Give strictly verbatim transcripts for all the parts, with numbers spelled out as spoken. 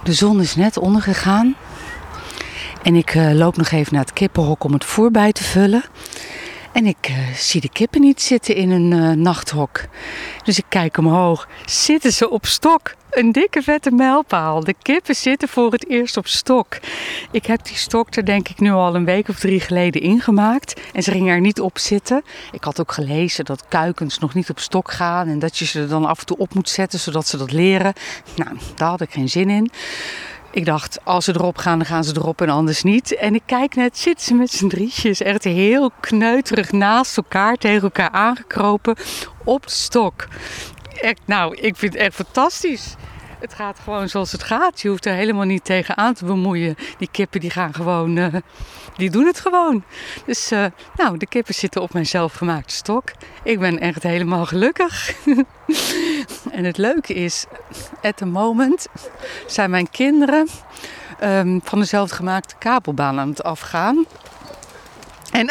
De zon is net ondergegaan. En ik uh, loop nog even naar het kippenhok om het voer bij te vullen. En ik uh, zie de kippen niet zitten in een uh, nachthok. Dus ik kijk omhoog. Zitten ze op stok? Een dikke vette mijlpaal. De kippen zitten voor het eerst op stok. Ik heb die stok er denk ik nu al een week of drie geleden ingemaakt. En ze gingen er niet op zitten. Ik had ook gelezen dat kuikens nog niet op stok gaan. En dat je ze er dan af en toe op moet zetten zodat ze dat leren. Nou, daar had ik geen zin in. Ik dacht, als ze erop gaan, dan gaan ze erop en anders niet. En ik kijk net, zitten ze met z'n drietjes echt heel kneuterig naast elkaar, tegen elkaar aangekropen op de stok. Echt, nou, ik vind het echt fantastisch. Het gaat gewoon zoals het gaat. Je hoeft er helemaal niet tegen aan te bemoeien. Die kippen die gaan gewoon, uh, die doen het gewoon. Dus uh, nou, de kippen zitten op mijn zelfgemaakte stok. Ik ben echt helemaal gelukkig. En het leuke is, at the moment zijn mijn kinderen um, van de zelfgemaakte kabelbaan aan het afgaan. En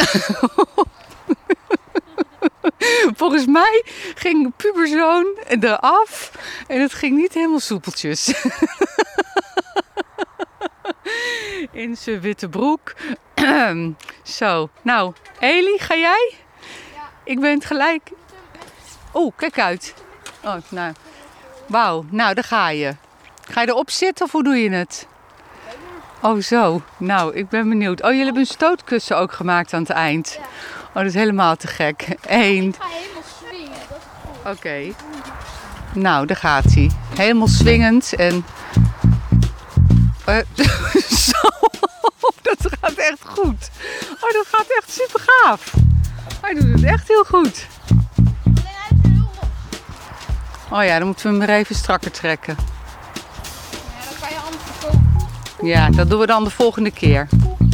volgens mij ging puberzoon eraf en het ging niet helemaal soepeltjes. In zijn witte broek. Zo, nou, Eli, ga jij? Ja. Ik ben het gelijk. Oh, kijk uit. Oh, nou. Wauw, nou, daar ga je. Ga je erop zitten of hoe doe je het? Oh, zo. Nou, ik ben benieuwd. Oh, jullie hebben een stootkussen ook gemaakt aan het eind. Ja. Oh, dat is helemaal te gek. Eén. Ik ga helemaal swingen, dat is goed. Oké. Okay. Nou, daar gaat hij. Helemaal swingend en... Uh, zo. Dat gaat echt goed. Oh, dat gaat echt super gaaf. Hij doet het echt heel goed. Alleen hij is heel los. Oh ja, dan moeten we hem weer even strakker trekken. Ja, dan kan je anders verkopen. Ja, dat doen we dan de volgende keer.